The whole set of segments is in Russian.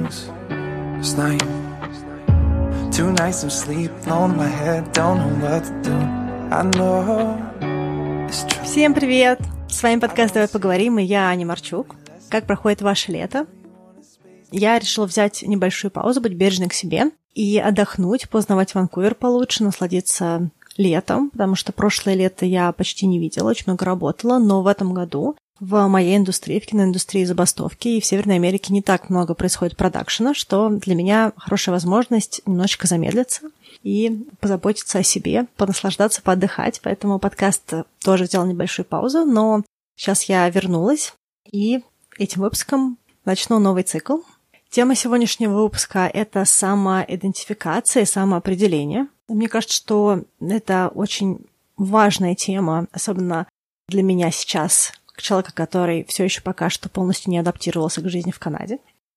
mornings. Знаю. Two nights of sleep, on my head, don't know what to do. I know it's true. Всем привет! С вами подкаст «Давай поговорим» и я, Аня Марчук. Как проходит ваше лето? Я решила взять небольшую паузу, быть бережной к себе и отдохнуть, познавать Ванкувер получше, насладиться летом, потому что прошлое лето я почти не видела, очень много работала, но в этом году в моей индустрии, в киноиндустрии забастовки и в Северной Америке не так много происходит продакшена, что для меня хорошая возможность немножечко замедлиться и позаботиться о себе, понаслаждаться, поотдыхать. Поэтому подкаст тоже взял небольшую паузу, но сейчас я вернулась и этим выпуском начну новый цикл. Тема сегодняшнего выпуска — это самоидентификация и самоопределение. Мне кажется, что это очень важная тема, особенно для меня сейчас, как человека, который все еще пока что полностью не адаптировался к жизни в Канаде.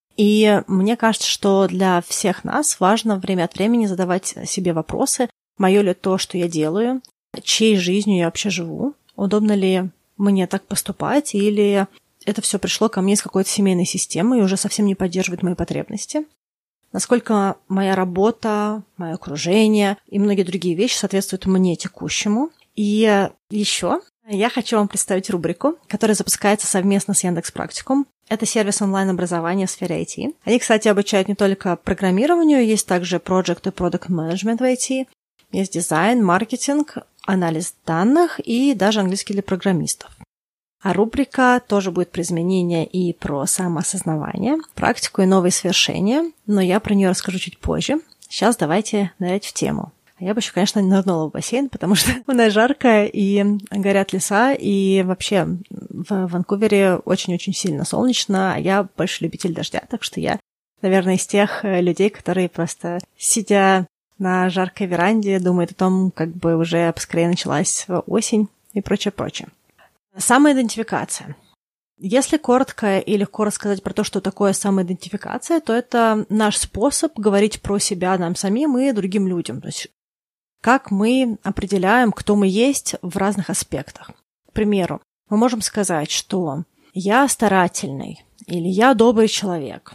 И мне кажется, что для всех нас важно время от времени задавать себе вопросы, моё ли то, что я делаю, чьей жизнью я вообще живу, удобно ли мне так поступать, или это все пришло ко мне из какой-то семейной системы и уже совсем не поддерживает мои потребности. Насколько моя работа, мое окружение и многие другие вещи соответствуют мне текущему. И еще я хочу вам представить рубрику, которая запускается совместно с Яндекс.Практикум. Это сервис онлайн-образования в сфере IT. Они, кстати, обучают не только программированию, есть также Project и Product Management в IT, есть дизайн, маркетинг, анализ данных и даже английский для программистов. А рубрика тоже будет про изменения и про самоосознавание, практику и новые свершения, но я про нее расскажу чуть позже. Сейчас давайте нырять в тему. Я бы еще, конечно, не нырнула в бассейн, потому что у нас жарко и горят леса, и вообще в Ванкувере очень-очень сильно солнечно, а я больше любитель дождя, так что я, наверное, из тех людей, которые просто, сидя на жаркой веранде, думают о том, как бы уже поскорее началась осень и прочее-прочее. Самоидентификация. Если коротко и легко рассказать про то, что такое самоидентификация, то это наш способ говорить про себя нам самим и другим людям. То есть как мы определяем, кто мы есть в разных аспектах. К примеру, мы можем сказать, что я старательный, или я добрый человек,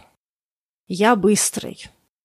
я быстрый,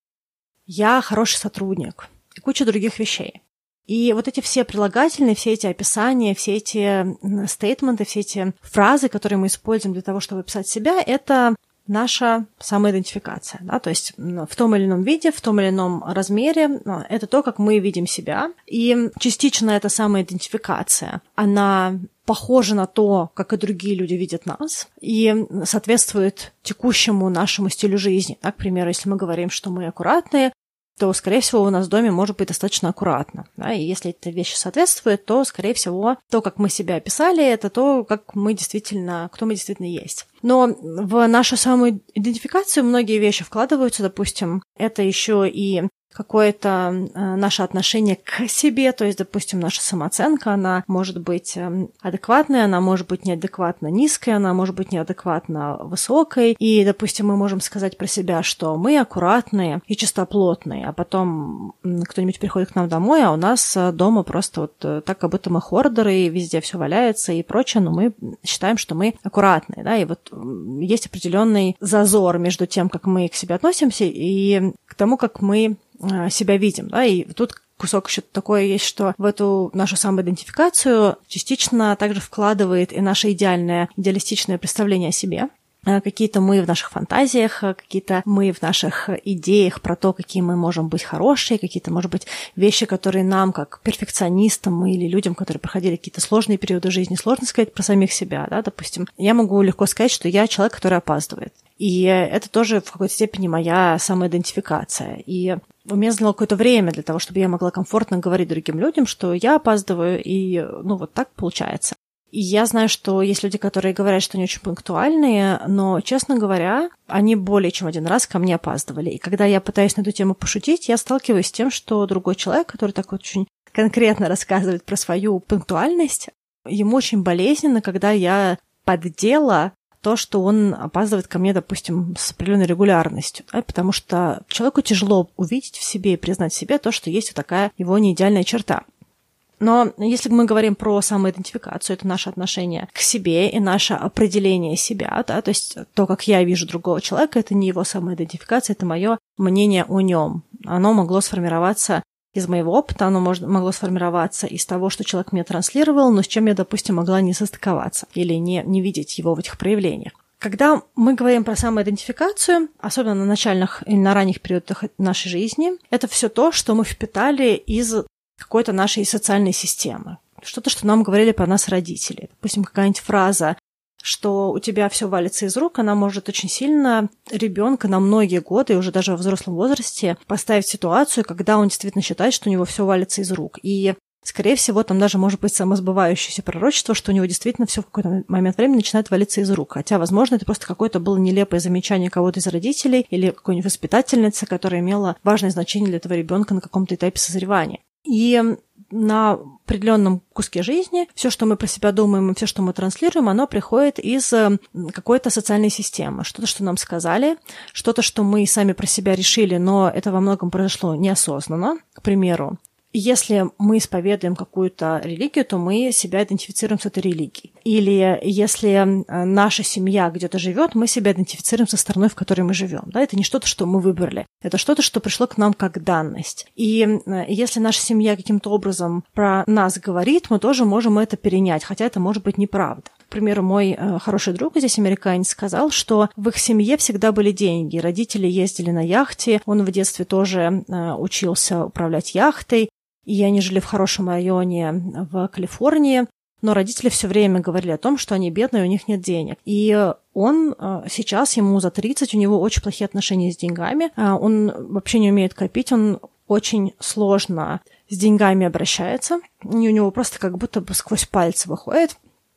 я хороший сотрудник и куча других вещей. И вот эти все прилагательные, все эти описания, все эти стейтменты, все эти фразы, которые мы используем для того, чтобы описать себя, это наша самоидентификация. Да? То есть в том или ином виде, в том или ином размере это то, как мы видим себя. И частично эта самоидентификация, она похожа на то, как и другие люди видят нас, и соответствует текущему нашему стилю жизни. Так, к примеру, если мы говорим, что мы аккуратные, то, скорее всего, у нас в доме может быть достаточно аккуратно. Да? И если эти вещи соответствуют, то, скорее всего, то, как мы себя описали, это то, как мы действительно, кто мы действительно есть. Но в нашу самую идентификацию многие вещи вкладываются, допустим, это еще и какое-то наше отношение к себе, то есть, допустим, наша самооценка, она может быть адекватной, она может быть неадекватно низкой, она может быть неадекватно высокой, и, допустим, мы можем сказать про себя, что мы аккуратные и чистоплотные, а потом кто-нибудь приходит к нам домой, а у нас дома просто вот так, как будто мы хордеры, и везде все валяется и прочее, но мы считаем, что мы аккуратные, да, и вот есть определенный зазор между тем, как мы к себе относимся, и к тому, как мы себя видим, да, и тут кусок еще такое есть, что в эту нашу самоидентификацию частично также вкладывает и наше идеалистичное представление о себе. Какие-то мы в наших фантазиях, какие-то мы в наших идеях про то, какие мы можем быть хорошие, какие-то, может быть, вещи, которые нам, как перфекционистам или людям, которые проходили какие-то сложные периоды жизни, сложно сказать про самих себя, да, допустим. Я могу легко сказать, что я человек, который опаздывает. И это тоже в какой-то степени моя самоидентификация. И у меня заняло какое-то время для того, чтобы я могла комфортно говорить другим людям, что я опаздываю, и, вот так получается. И я знаю, что есть люди, которые говорят, что они очень пунктуальные, но, честно говоря, они более чем один раз ко мне опаздывали. И когда я пытаюсь на эту тему пошутить, я сталкиваюсь с тем, что другой человек, который так очень конкретно рассказывает про свою пунктуальность, ему очень болезненно, когда я поддела то, что он опаздывает ко мне, допустим, с определенной регулярностью, да, потому что человеку тяжело увидеть в себе и признать в себе то, что есть вот такая его неидеальная черта. Но если мы говорим про самоидентификацию, это наше отношение к себе и наше определение себя, да, то есть то, как я вижу другого человека, это не его самоидентификация, это мое мнение о нем. Оно могло сформироваться из моего опыта, оно могло сформироваться из того, что человек мне транслировал, но с чем я, допустим, могла не состыковаться или не видеть его в этих проявлениях. Когда мы говорим про самоидентификацию, особенно на начальных и на ранних периодах нашей жизни, это все то, что мы впитали из какой-то нашей социальной системы. Что-то, что нам говорили про нас родители. Допустим, какая-нибудь фраза, что у тебя все валится из рук, она может очень сильно ребенка на многие годы, и уже даже во взрослом возрасте, поставить в ситуацию, когда он действительно считает, что у него все валится из рук. И, скорее всего, там даже может быть самосбывающееся пророчество, что у него действительно все в какой-то момент времени начинает валиться из рук. Хотя, возможно, это просто какое-то было нелепое замечание кого-то из родителей или какой-нибудь воспитательницы, которая имела важное значение для этого ребенка на каком-то этапе созревания. И на определенном куске жизни все, что мы про себя думаем и все, что мы транслируем, оно приходит из какой-то социальной системы. Что-то, что нам сказали, что-то, что мы сами про себя решили, но это во многом произошло неосознанно. К примеру, если мы исповедуем какую-то религию, то мы себя идентифицируем с этой религией. Или если наша семья где-то живет, мы себя идентифицируем со страной, в которой мы живем. Да? Это не что-то, что мы выбрали. Это что-то, что пришло к нам как данность. И если наша семья каким-то образом про нас говорит, мы тоже можем это перенять, хотя это может быть неправда. К примеру, мой хороший друг, здесь американец, сказал, что в их семье всегда были деньги. Родители ездили на яхте, он в детстве тоже учился управлять яхтой. И они жили в хорошем районе в Калифорнии, но родители все время говорили о том, что они бедные, у них нет денег. И он сейчас, ему за 30, у него очень плохие отношения с деньгами, он вообще не умеет копить, он очень сложно с деньгами обращается, и у него просто как будто бы сквозь пальцы выходит.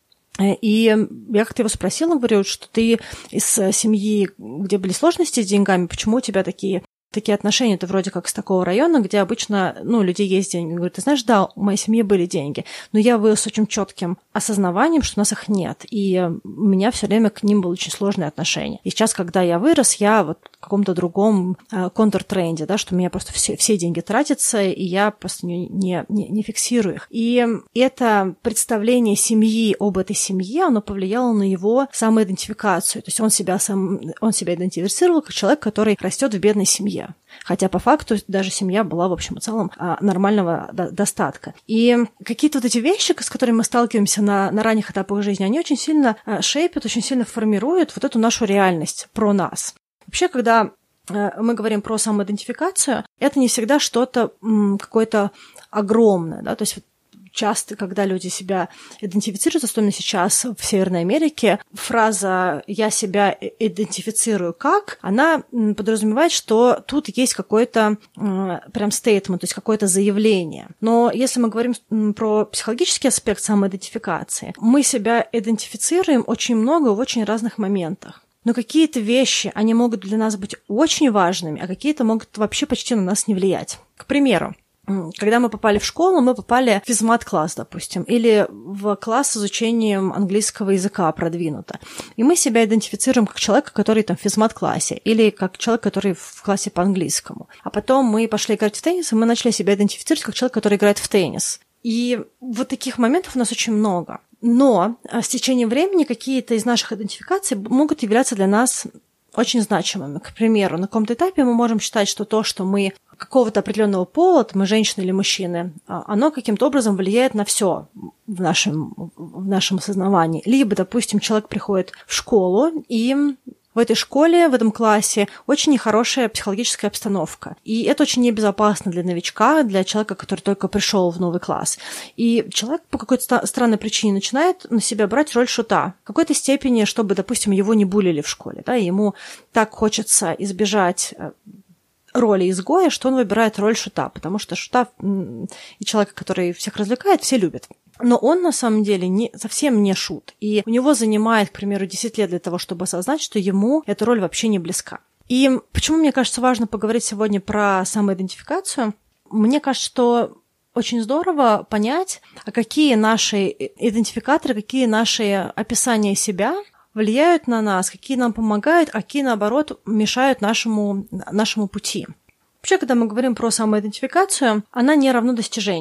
И я как-то его спросила, говорю, что ты из семьи, где были сложности с деньгами, почему у тебя такие отношения, ты вроде как с такого района, где обычно, у людей есть деньги. Он говорит, ты знаешь, да, у моей семьи были деньги, но я вырос с очень четким осознаванием, что у нас их нет. И у меня все время к ним было очень сложное отношение. И сейчас, когда я вырос, я вот в каком-то другом контртренде, да, что у меня просто все деньги тратятся, и я просто не фиксирую их. И это представление семьи об этой семье, оно повлияло на его самоидентификацию. То есть он себя идентифицировал как человек, который растет в бедной семье. Хотя по факту даже семья была, в общем и целом, нормального достатка. И какие-то вот эти вещи, с которыми мы сталкиваемся на ранних этапах жизни, они очень сильно шейпят, очень сильно формируют вот эту нашу реальность про нас. Вообще, когда мы говорим про самоидентификацию, это не всегда что-то какое-то огромное, да, то есть часто, когда люди себя идентифицируют, особенно сейчас в Северной Америке, фраза «я себя идентифицирую как», она подразумевает, что тут есть какой-то прям стейтмент, то есть какое-то заявление. Но если мы говорим про психологический аспект самоидентификации, мы себя идентифицируем очень много в очень разных моментах. Но какие-то вещи, они могут для нас быть очень важными, а какие-то могут вообще почти на нас не влиять. К примеру, когда мы попали в школу, мы попали в физмат-класс, допустим, или в класс с изучением английского языка продвинуто. И мы себя идентифицируем как человека, который там в физмат-классе, или как человек, который в классе по английскому. А потом мы пошли играть в теннис, и мы начали себя идентифицировать как человек, который играет в теннис. И вот таких моментов у нас очень много. Но с течением времени какие-то из наших идентификаций могут являться для нас очень значимыми. К примеру, на каком-то этапе мы можем считать, что то, что мы какого-то определенного пола, мы женщины или мужчины, оно каким-то образом влияет на все в нашем осознавании. Либо, допустим, человек приходит в школу, и в этой школе, в этом классе очень нехорошая психологическая обстановка. И это очень небезопасно для новичка, для человека, который только пришел в новый класс. И человек по какой-то странной причине начинает на себя брать роль шута. В какой-то степени, чтобы, допустим, его не буллили в школе. Да, и ему так хочется избежать роли изгоя, что он выбирает роль шута, потому что шута и человека, который всех развлекает, все любят. Но он, на самом деле, совсем не шут. И у него занимает, к примеру, 10 лет для того, чтобы осознать, что ему эта роль вообще не близка. И почему, мне кажется, важно поговорить сегодня про самоидентификацию? Мне кажется, что очень здорово понять, какие наши идентификаторы, какие наши описания себя влияют на нас, какие нам помогают, а какие, наоборот, мешают нашему пути. Вообще, когда мы говорим про самоидентификацию, она не равно достижению.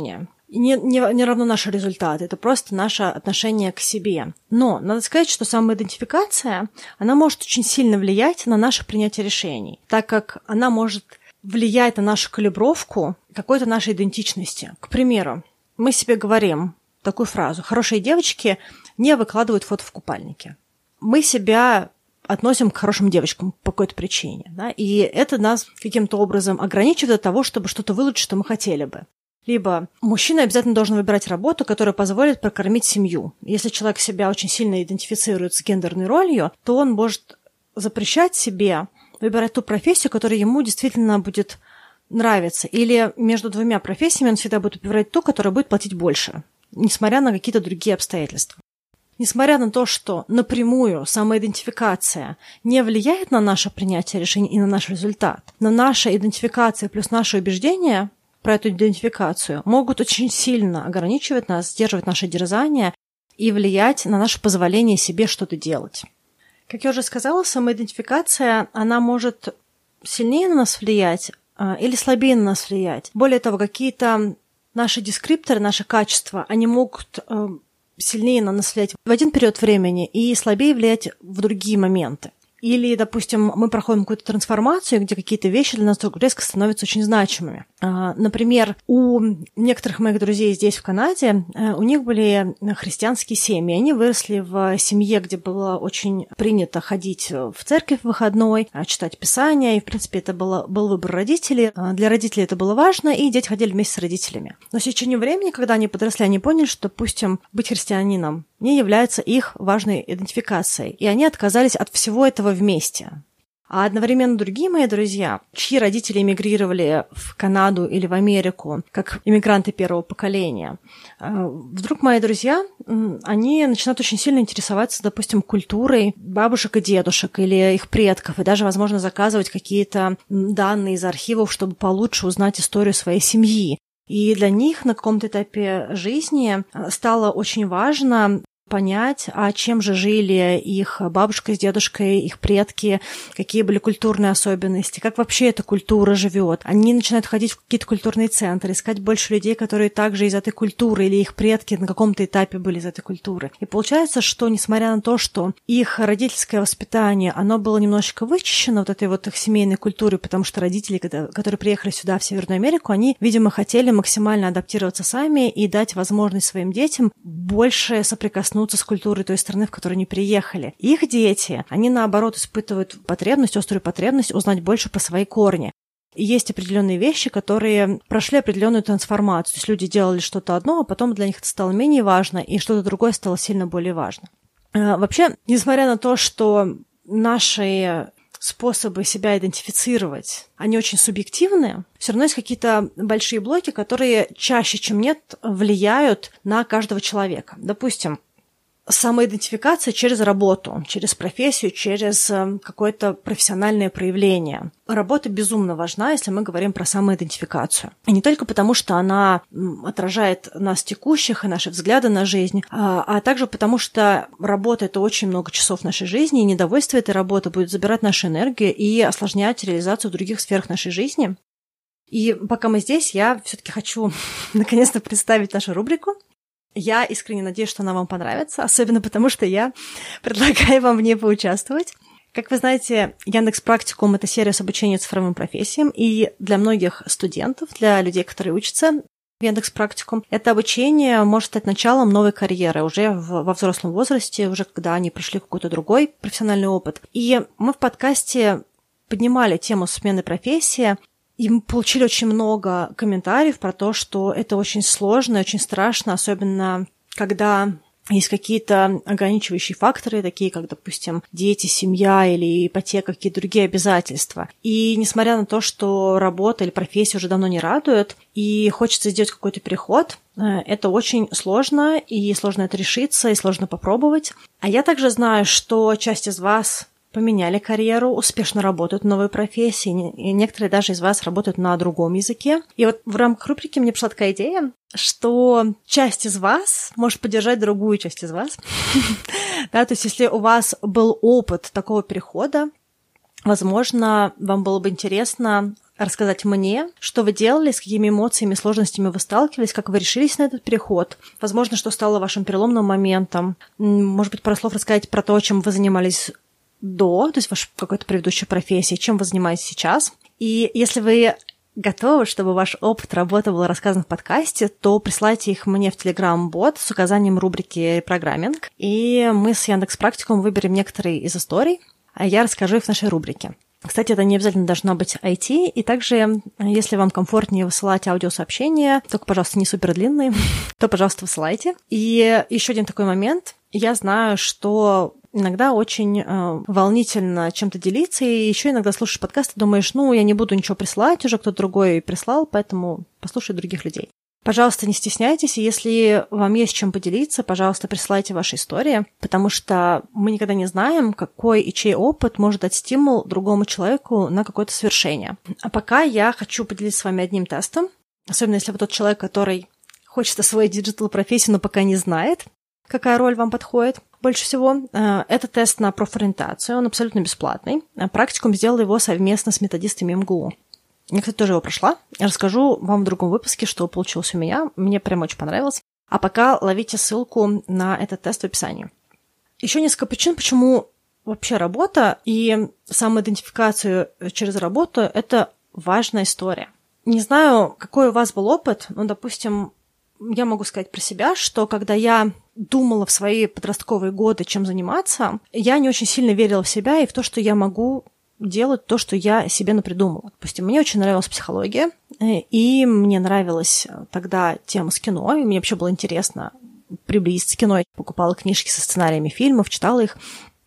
не равно наши результаты, это просто наше отношение к себе. Но надо сказать, что самоидентификация, она может очень сильно влиять на наше принятие решений, так как она может влиять на нашу калибровку какой-то нашей идентичности. К примеру, мы себе говорим такую фразу: «Хорошие девочки не выкладывают фото в купальнике». Мы себя относим к хорошим девочкам по какой-то причине, да? И это нас каким-то образом ограничивает от того, чтобы что-то вылучить, что мы хотели бы. Либо мужчина обязательно должен выбирать работу, которая позволит прокормить семью. Если человек себя очень сильно идентифицирует с гендерной ролью, то он может запрещать себе выбирать ту профессию, которая ему действительно будет нравиться. Или между двумя профессиями он всегда будет выбирать ту, которая будет платить больше, несмотря на какие-то другие обстоятельства. Несмотря на то, что напрямую самоидентификация не влияет на наше принятие решений и на наш результат, но наша идентификация плюс наши убеждения про эту идентификацию могут очень сильно ограничивать нас, сдерживать наше дерзание и влиять на наше позволение себе что-то делать. Как я уже сказала, самоидентификация, она может сильнее на нас влиять или слабее на нас влиять. Более того, какие-то наши дескрипторы, наши качества, они могут сильнее на нас влиять в один период времени и слабее влиять в другие моменты. Или, допустим, мы проходим какую-то трансформацию, где какие-то вещи для нас вдруг резко становятся очень значимыми. Например, у некоторых моих друзей здесь, в Канаде, у них были христианские семьи. Они выросли в семье, где было очень принято ходить в церковь в выходной, читать Писание. И, в принципе, это был выбор родителей. Для родителей это было важно, и дети ходили вместе с родителями. Но с течением времени, когда они подросли, они поняли, что, допустим, быть христианином не является их важной идентификацией. И они отказались от всего этого вместе. А одновременно другие мои друзья, чьи родители эмигрировали в Канаду или в Америку, как иммигранты первого поколения, вдруг мои друзья, они начинают очень сильно интересоваться, допустим, культурой бабушек и дедушек или их предков, и даже, возможно, заказывать какие-то данные из архивов, чтобы получше узнать историю своей семьи. И для них на каком-то этапе жизни стало очень важно понять, а чем же жили их бабушка с дедушкой, их предки, какие были культурные особенности, как вообще эта культура живет. Они начинают ходить в какие-то культурные центры, искать больше людей, которые также из этой культуры, или их предки на каком-то этапе были из этой культуры. И получается, что несмотря на то, что их родительское воспитание, оно было немножечко вычищено вот этой вот их семейной культурой, потому что родители, которые приехали сюда, в Северную Америку, они, видимо, хотели максимально адаптироваться сами и дать возможность своим детям больше соприкоснуться с культурой той страны, в которую они приехали. Их дети, они наоборот испытывают острую потребность узнать больше про свои корни. И есть определенные вещи, которые прошли определенную трансформацию. То есть люди делали что-то одно, а потом для них это стало менее важно, и что-то другое стало сильно более важно. Вообще, несмотря на то, что наши способы себя идентифицировать, они очень субъективные, все равно есть какие-то большие блоки, которые чаще, чем нет, влияют на каждого человека. Допустим, самоидентификация через работу, через профессию, через какое-то профессиональное проявление. Работа безумно важна, если мы говорим про самоидентификацию. И не только потому, что она отражает нас текущих и наши взгляды на жизнь, а также потому, что работа — это очень много часов нашей жизни, и недовольство этой работы будет забирать нашу энергию и осложнять реализацию в других сферах нашей жизни. И пока мы здесь, я все-таки хочу наконец-то представить нашу рубрику. Я искренне надеюсь, что она вам понравится, особенно потому, что я предлагаю вам в ней поучаствовать. Как вы знаете, Яндекс.Практикум — это сервис обучения цифровым профессиям, и для многих студентов, для людей, которые учатся в Яндекс.Практикум, это обучение может стать началом новой карьеры уже во взрослом возрасте, уже когда они прошли какой-то другой профессиональный опыт. И мы в подкасте поднимали тему смены профессии, и мы получили очень много комментариев про то, что это очень сложно и очень страшно, особенно когда есть какие-то ограничивающие факторы, такие как, допустим, дети, семья или ипотека, какие-то другие обязательства. И несмотря на то, что работа или профессия уже давно не радует, и хочется сделать какой-то переход, это очень сложно, и сложно это решиться, и сложно попробовать. А я также знаю, что часть из вас поменяли карьеру, успешно работают в новой профессии, и некоторые даже из вас работают на другом языке. И вот в рамках рубрики мне пришла такая идея, что часть из вас может поддержать другую часть из вас. Да, то есть если у вас был опыт такого перехода, Возможно, вам было бы интересно рассказать мне, что вы делали, с какими эмоциями, сложностями вы сталкивались, как вы решились на этот переход. Возможно, что стало вашим переломным моментом. Может быть, пару слов рассказать про то, чем вы занимались до, то есть ваша какая-то предыдущая профессия, чем вы занимаетесь сейчас. И если вы готовы, чтобы ваш опыт работы был рассказан в подкасте, то присылайте их мне в Telegram-бот с указанием рубрики «Программинг», и мы с Яндекс.Практикум выберем некоторые из историй, а я расскажу их в нашей рубрике. Кстати, это не обязательно должно быть IT, и также, если вам комфортнее высылать аудиосообщения, только, пожалуйста, не супер длинные, то, пожалуйста, высылайте. И еще один такой момент. Я знаю, что иногда очень волнительно чем-то делиться, и еще иногда слушаешь подкасты, думаешь, я не буду ничего присылать, уже кто-то другой прислал, поэтому послушай других людей. Пожалуйста, не стесняйтесь, и если вам есть чем поделиться, пожалуйста, присылайте ваши истории, потому что мы никогда не знаем, какой и чей опыт может дать стимул другому человеку на какое-то свершение. А пока я хочу поделиться с вами одним тестом, особенно если вы тот человек, который хочет освоить диджитал-профессию, но пока не знает, какая роль вам подходит больше всего. Это тест на профориентацию, он абсолютно бесплатный. Практикум сделал его совместно с методистами МГУ. Я, кстати, тоже его прошла. Я расскажу вам в другом выпуске, что получилось у меня. Мне прям очень понравилось. А пока ловите ссылку на этот тест в описании. Еще несколько причин, почему вообще работа и самоидентификацию через работу – это важная история. Не знаю, какой у вас был опыт, но, допустим, я могу сказать про себя, что когда я думала в свои подростковые годы, чем заниматься, я не очень сильно верила в себя и в то, что я могу делать то, что я себе напридумала. Допустим, мне очень нравилась психология, и мне нравилась тогда тема с кино, и мне вообще было интересно приблизиться к кино. Я покупала книжки со сценариями фильмов, читала их.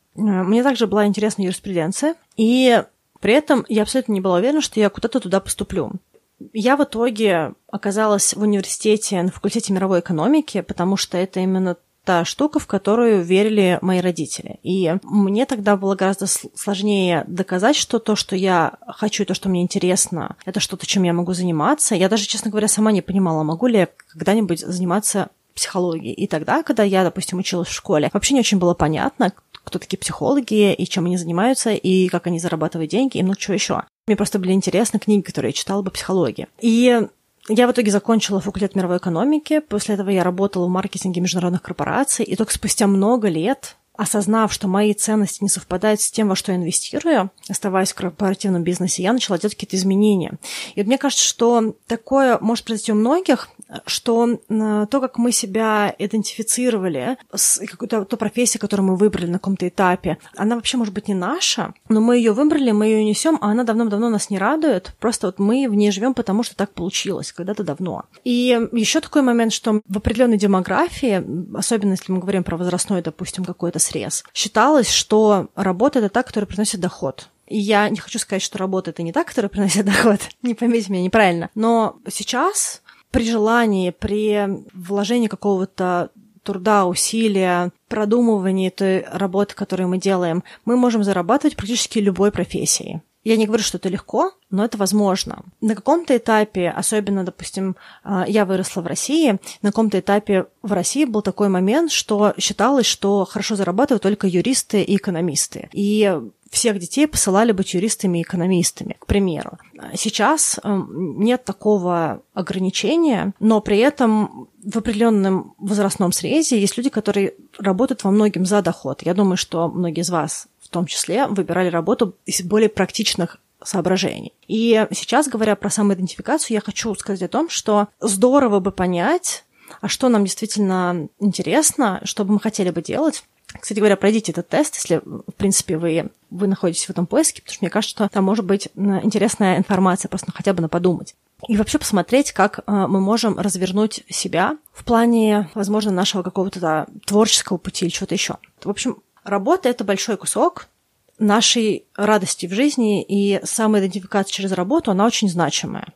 Мне также была интересна юриспруденция, и при этом я абсолютно не была уверена, что я куда-то туда поступлю. Я в итоге оказалась в университете на факультете мировой экономики, потому что это именно та штука, в которую верили мои родители. И мне тогда было гораздо сложнее доказать, что то, что я хочу, и то, что мне интересно, это что-то, чем я могу заниматься. Я даже, честно говоря, сама не понимала, могу ли я когда-нибудь заниматься психологией. И тогда, когда я, допустим, училась в школе, вообще не очень было понятно, кто такие психологи, и чем они занимаются, и как они зарабатывают деньги, и много чего еще. Мне просто были интересны книги, которые я читала по психологии. И я в итоге закончила факультет мировой экономики, после этого я работала в маркетинге международных корпораций, и только спустя много лет, осознав, что мои ценности не совпадают с тем, во что я инвестирую, оставаясь в корпоративном бизнесе, я начала делать какие-то изменения. И вот мне кажется, что такое может произойти у многих, что то, как мы себя идентифицировали, какую-то ту профессию, которую мы выбрали на каком-то этапе, она вообще может быть не наша, но мы ее выбрали, мы ее несем, а она давно-давно нас не радует, просто вот мы в ней живем, потому что так получилось когда-то давно. И еще такой момент, что в определенной демографии, особенно если мы говорим про возрастной, допустим, какой-то срез, считалось, что работа – это та, которая приносит доход. И я не хочу сказать, что работа – это не та, которая приносит доход, не поймите меня неправильно, но сейчас при желании, при вложении какого-то труда, усилия, продумывании той работы, которую мы делаем, мы можем зарабатывать практически любой профессией. Я не говорю, что это легко, но это возможно. На каком-то этапе, особенно, допустим, я выросла в России, на каком-то этапе в России был такой момент, что считалось, что хорошо зарабатывают только юристы и экономисты. И всех детей посылали быть юристами и экономистами, к примеру. Сейчас нет такого ограничения, но при этом в определенном возрастном срезе есть люди, которые работают во многом за доход. Я думаю, что многие из вас в том числе выбирали работу из более практичных соображений. И сейчас, говоря про самоидентификацию, я хочу сказать о том, что здорово бы понять, а что нам действительно интересно, что бы мы хотели бы делать. Кстати говоря, пройдите этот тест, если, в принципе, вы находитесь в этом поиске, потому что мне кажется, что там может быть интересная информация, просто хотя бы на подумать. И вообще посмотреть, как мы можем развернуть себя в плане, возможно, нашего какого-то творческого пути или чего-то еще. В общем, работа – это большой кусок нашей радости в жизни, и самоидентификация через работу, она очень значимая.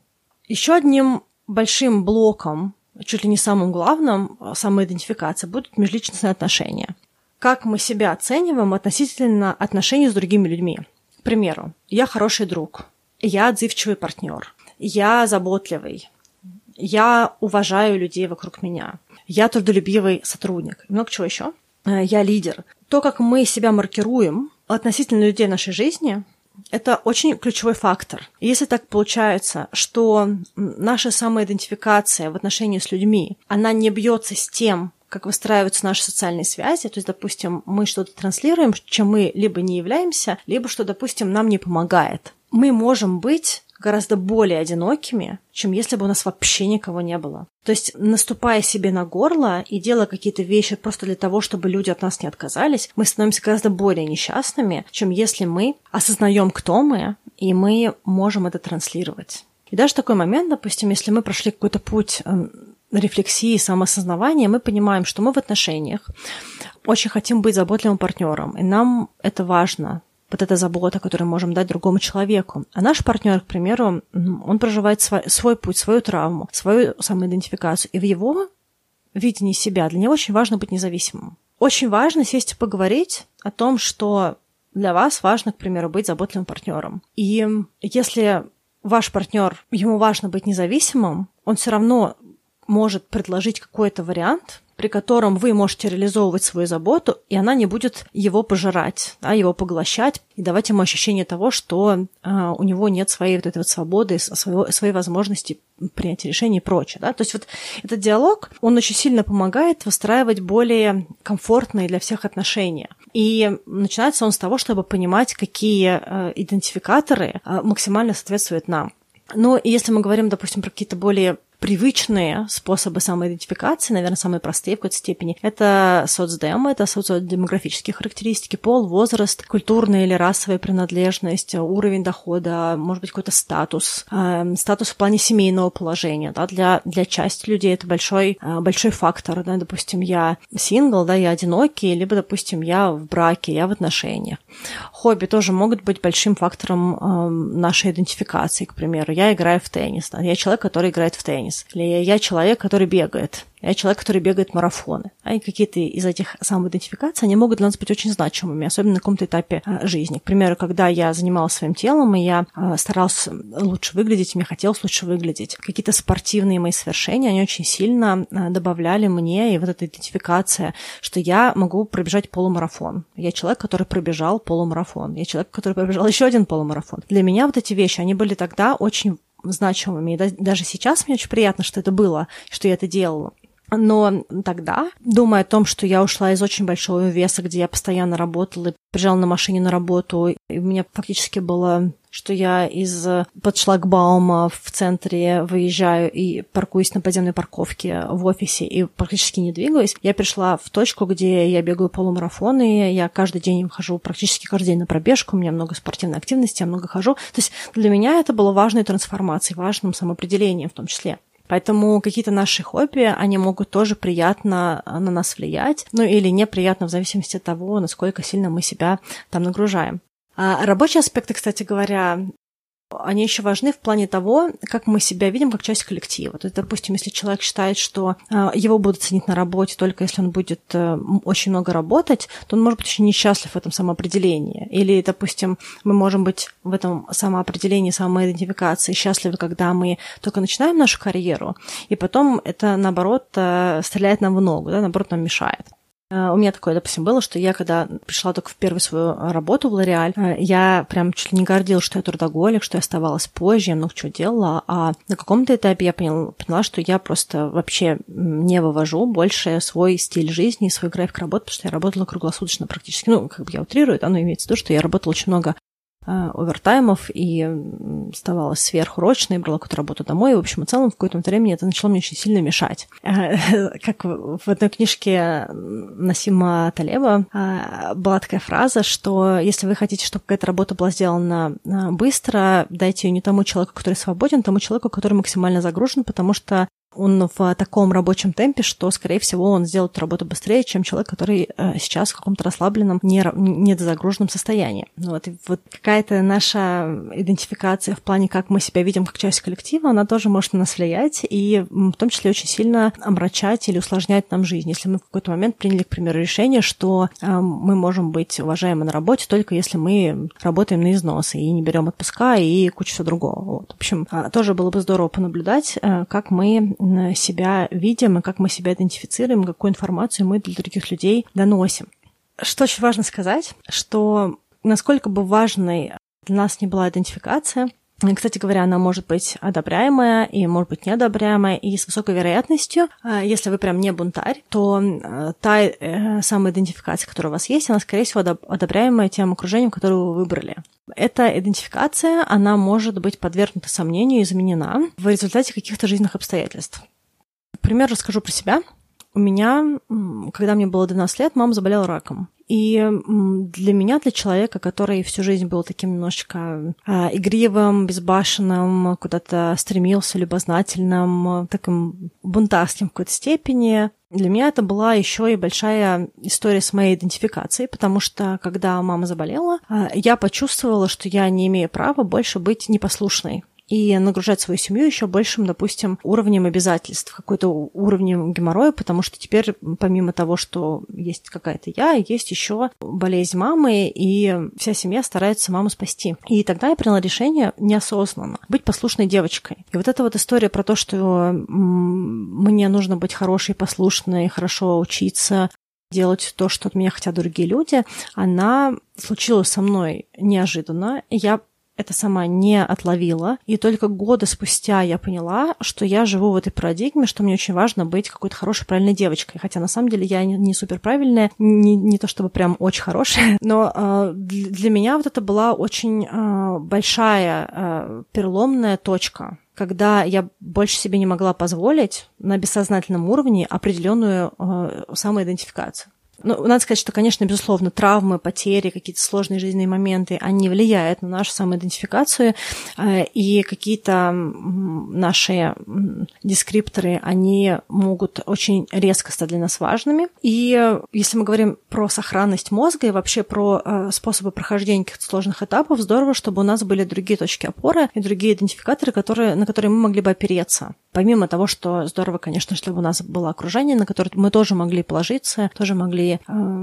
Еще одним большим блоком, чуть ли не самым главным, самоидентификация будут межличностные отношения. Как мы себя оцениваем относительно отношений с другими людьми. К примеру, я хороший друг, я отзывчивый партнер, я заботливый, я уважаю людей вокруг меня, я трудолюбивый сотрудник и много чего еще. Я лидер. То, как мы себя маркируем относительно людей в нашей жизни, это очень ключевой фактор. Если так получается, что наша самоидентификация в отношении с людьми, она не бьется с тем, как выстраиваются наши социальные связи, то есть, допустим, мы что-то транслируем, чем мы либо не являемся, либо что, допустим, нам не помогает. Мы можем быть гораздо более одинокими, чем если бы у нас вообще никого не было. То есть, наступая себе на горло и делая какие-то вещи просто для того, чтобы люди от нас не отказались, мы становимся гораздо более несчастными, чем если мы осознаем, кто мы, и мы можем это транслировать. И даже такой момент, допустим, если мы прошли какой-то путь рефлексии, самоосознавания, мы понимаем, что мы в отношениях очень хотим быть заботливым партнером, и нам это важно, вот эта забота, которую мы можем дать другому человеку. А наш партнер, к примеру, он проживает свой путь, свою травму, свою самоидентификацию, и в его видении себя для него очень важно быть независимым. Очень важно сесть и поговорить о том, что для вас важно, к примеру, быть заботливым партнером. И если ваш партнер, ему важно быть независимым, он все равно может предложить какой-то вариант, при котором вы можете реализовывать свою заботу, и она не будет его пожирать, его поглощать и давать ему ощущение того, что у него нет своей вот этой вот свободы, своей возможности принятия решений и прочее. Да? То есть вот этот диалог, он очень сильно помогает выстраивать более комфортные для всех отношения. И начинается он с того, чтобы понимать, какие идентификаторы максимально соответствуют нам. Но если мы говорим, допустим, про какие-то более привычные способы самоидентификации, наверное, самые простые в какой-то степени, это соцдемы, это социодемографические характеристики, пол, возраст, культурная или расовая принадлежность, уровень дохода, может быть, какой-то статус в плане семейного положения. Да, для части людей это большой фактор. Да, допустим, я сингл, да, я одинокий, либо, допустим, я в браке, я в отношениях. Хобби тоже могут быть большим фактором нашей идентификации. К примеру, я играю в теннис, да, я человек, который играет в теннис. Или я человек, который бегает. Я человек, который бегает марафоны. И какие-то из этих самоидентификаций, они могут для нас быть очень значимыми, особенно на каком-то этапе жизни. К примеру, когда я занималась своим телом, и я старалась лучше выглядеть, мне хотелось лучше выглядеть. Какие-то спортивные мои свершения, они очень сильно добавляли мне, и вот эта идентификация, что я могу пробежать полумарафон. Я человек, который пробежал полумарафон. Я человек, который пробежал еще один полумарафон. Для меня вот эти вещи, они были тогда очень значимыми. И даже сейчас мне очень приятно, что это было, что я это делала. Но тогда, думая о том, что я ушла из очень большого веса, где я постоянно работала, и приезжала на машине на работу, и у меня фактически было, что я под шлагбаума в центре выезжаю и паркуюсь на подземной парковке в офисе и практически не двигаюсь, я пришла в точку, где я бегаю полумарафоны, я каждый день хожу практически каждый день на пробежку, у меня много спортивной активности, я много хожу. То есть для меня это было важной трансформацией, важным самоопределением в том числе. Поэтому какие-то наши хобби, они могут тоже приятно на нас влиять, или неприятно в зависимости от того, насколько сильно мы себя там нагружаем. А рабочие аспекты, кстати говоря, они еще важны в плане того, как мы себя видим как часть коллектива. То есть, допустим, если человек считает, что его будут ценить на работе только если он будет очень много работать, то он может быть очень несчастлив в этом самоопределении. Или, допустим, мы можем быть в этом самоопределении, самоидентификации счастливы, когда мы только начинаем нашу карьеру, и потом это, наоборот, стреляет нам в ногу, да, наоборот, нам мешает. У меня такое, допустим, было, что я, когда пришла только в первую свою работу в Лореаль, я прям чуть ли не гордилась, что я трудоголик, что я оставалась позже, я много чего делала, а на каком-то этапе я поняла, что я просто вообще не вывожу больше свой стиль жизни, свой график работы, потому что я работала круглосуточно практически. Я утрирую, но имеется в виду, что я работала очень много овертаймов и оставалась сверхурочной, брала какую-то работу домой. И, в общем и целом, в какое-то время это начало мне очень сильно мешать. Как в одной книжке Насима Талеба была такая фраза, что если вы хотите, чтобы какая-то работа была сделана быстро, дайте ее не тому человеку, который свободен, а тому человеку, который максимально загружен, потому что он в таком рабочем темпе, что, скорее всего, он сделает работу быстрее, чем человек, который сейчас в каком-то расслабленном, недозагруженном состоянии. Вот какая-то наша идентификация в плане, как мы себя видим как часть коллектива, она тоже может на нас влиять и в том числе очень сильно омрачать или усложнять нам жизнь. Если мы в какой-то момент приняли, к примеру, решение, что мы можем быть уважаемы на работе только если мы работаем на износ и не берем отпуска и кучу всего другого. Вот. В общем, тоже было бы здорово понаблюдать, как мы себя видим и как мы себя идентифицируем, какую информацию мы для других людей доносим. Что очень важно сказать, что насколько бы важной для нас не была идентификация. И, кстати говоря, она может быть одобряемая и может быть неодобряемая, и с высокой вероятностью, если вы прям не бунтарь, то та самоидентификация, которая у вас есть, она, скорее всего, одобряемая тем окружением, которое вы выбрали. Эта идентификация, она может быть подвергнута сомнению и изменена в результате каких-то жизненных обстоятельств. Например, расскажу про себя. У меня, когда мне было 12 лет, мама заболела раком. И для меня, для человека, который всю жизнь был таким немножечко игривым, безбашенным, куда-то стремился, любознательным, таким бунтарским в какой-то степени, для меня это была еще и большая история с моей идентификацией, потому что, когда мама заболела, я почувствовала, что я не имею права больше быть непослушной и нагружать свою семью еще большим, допустим, уровнем обязательств, какой-то уровнем геморроя, потому что теперь, помимо того, что есть какая-то я, есть еще болезнь мамы, и вся семья старается маму спасти. И тогда я приняла решение неосознанно быть послушной девочкой. И вот эта вот история про то, что мне нужно быть хорошей, послушной, хорошо учиться, делать то, что от меня хотят другие люди, она случилась со мной неожиданно, и я это сама не отловила. И только годы спустя я поняла, что я живу в этой парадигме, что мне очень важно быть какой-то хорошей, правильной девочкой. Хотя на самом деле я не супер правильная, не то чтобы прям очень хорошая, но для меня вот это была очень большая переломная точка, когда я больше себе не могла позволить на бессознательном уровне определенную самоидентификацию. Ну, надо сказать, что, конечно, безусловно, травмы, потери, какие-то сложные жизненные моменты, они влияют на нашу самоидентификацию, и какие-то наши дескрипторы, они могут очень резко стать для нас важными. И если мы говорим про сохранность мозга и вообще про способы прохождения каких-то сложных этапов, здорово, чтобы у нас были другие точки опоры и другие идентификаторы, на которые мы могли бы опереться. Помимо того, что здорово, конечно, чтобы у нас было окружение, на которое мы тоже могли положиться, тоже могли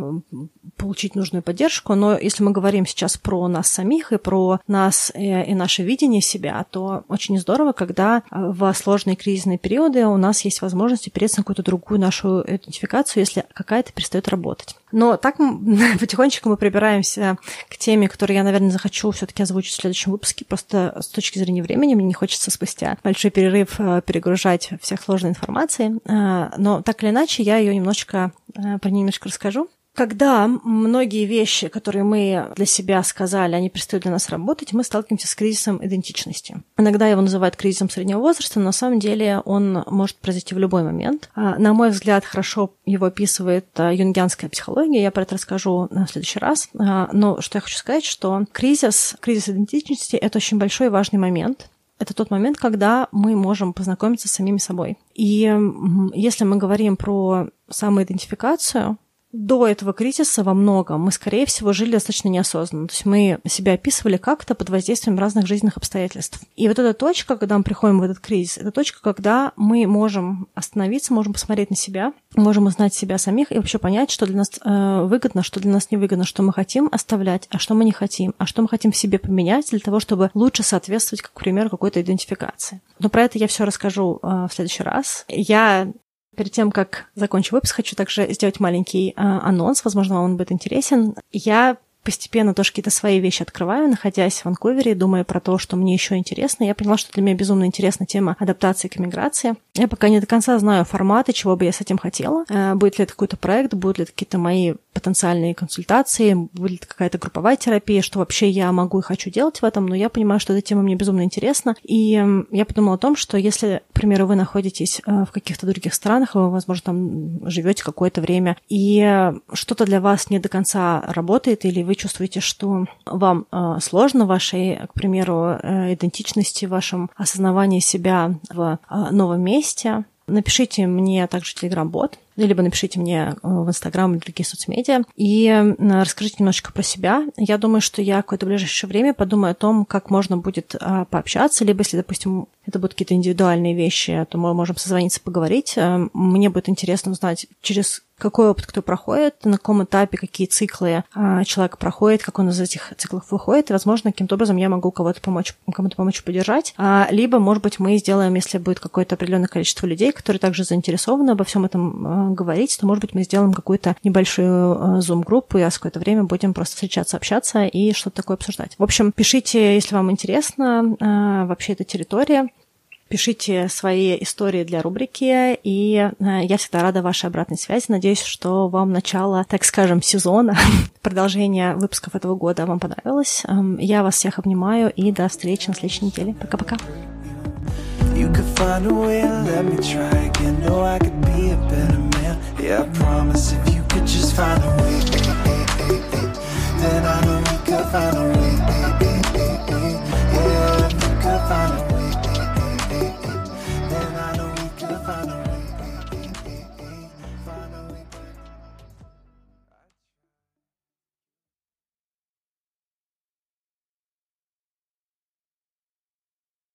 получить нужную поддержку. Но если мы говорим сейчас про нас самих и про нас и наше видение себя, то очень здорово, когда в сложные кризисные периоды у нас есть возможность опереться на какую-то другую нашу идентификацию, если какая-то перестает работать. Но так потихонечку мы прибираемся к теме, которую я, наверное, захочу все-таки озвучить в следующем выпуске. Просто с точки зрения времени мне не хочется спустя большой перерыв перегружать всех сложной информации. Но так или иначе, я ее немножечко расскажу. Когда многие вещи, которые мы для себя сказали, они перестают для нас работать, мы сталкиваемся с кризисом идентичности. Иногда его называют кризисом среднего возраста, но на самом деле он может произойти в любой момент. На мой взгляд, хорошо его описывает юнгианская психология, я про это расскажу в следующий раз. Но что я хочу сказать, что кризис идентичности – это очень большой и важный момент. Это тот момент, когда мы можем познакомиться с самими собой. И если мы говорим про самоидентификацию, до этого кризиса во многом мы, скорее всего, жили достаточно неосознанно. То есть мы себя описывали как-то под воздействием разных жизненных обстоятельств. И вот эта точка, когда мы приходим в этот кризис, это точка, когда мы можем остановиться, можем посмотреть на себя, можем узнать себя самих и вообще понять, что для нас выгодно, что для нас невыгодно, что мы хотим оставлять, а что мы не хотим, а что мы хотим в себе поменять для того, чтобы лучше соответствовать, к примеру, какой-то идентификации. Но про это я все расскажу в следующий раз. Перед тем, как закончу выпуск, хочу также сделать маленький анонс, возможно, вам он будет интересен. Я постепенно тоже какие-то свои вещи открываю, находясь в Ванкувере, думая про то, что мне еще интересно. Я поняла, что для меня безумно интересна тема адаптации к эмиграции. Я пока не до конца знаю форматы, чего бы я с этим хотела. Будет ли это какой-то проект, будут ли это какие-то мои потенциальные консультации, будет ли какая-то групповая терапия, что вообще я могу и хочу делать в этом, но я понимаю, что эта тема мне безумно интересна. И я подумала о том, что если, к примеру, вы находитесь в каких-то других странах, вы, возможно, там живете какое-то время, и что-то для вас не до конца работает, или вы чувствуете, что вам сложно в вашей, к примеру, идентичности, в вашем осознавании себя в новом месте, напишите мне также в Telegram-бот, либо напишите мне в Instagram или другие соцмедиа и расскажите немножечко про себя. Я думаю, что я какое-то ближайшее время подумаю о том, как можно будет пообщаться, либо если, допустим, это будут какие-то индивидуальные вещи, то мы можем созвониться, поговорить. Мне будет интересно узнать, через какой опыт кто проходит, на каком этапе, какие циклы человек проходит, как он из этих циклов выходит, и, возможно, каким-то образом я могу кому-то помочь поддержать. Либо, может быть, мы сделаем, если будет какое-то определенное количество людей, которые также заинтересованы обо всем этом говорить, то, может быть, мы сделаем какую-то небольшую Zoom-группу, и в какое-то время будем просто встречаться, общаться и что-то такое обсуждать. В общем, пишите, если вам интересна вообще эта территория. Пишите свои истории для рубрики, и я всегда рада вашей обратной связи. Надеюсь, что вам начало, так скажем, сезона, продолжение выпусков этого года вам понравилось. Я вас всех обнимаю, и до встречи на следующей неделе. Пока-пока. You could find a way to let me try again. Know I could be a better man. Yeah, I promise if you could just find a way, then I know we could find a way.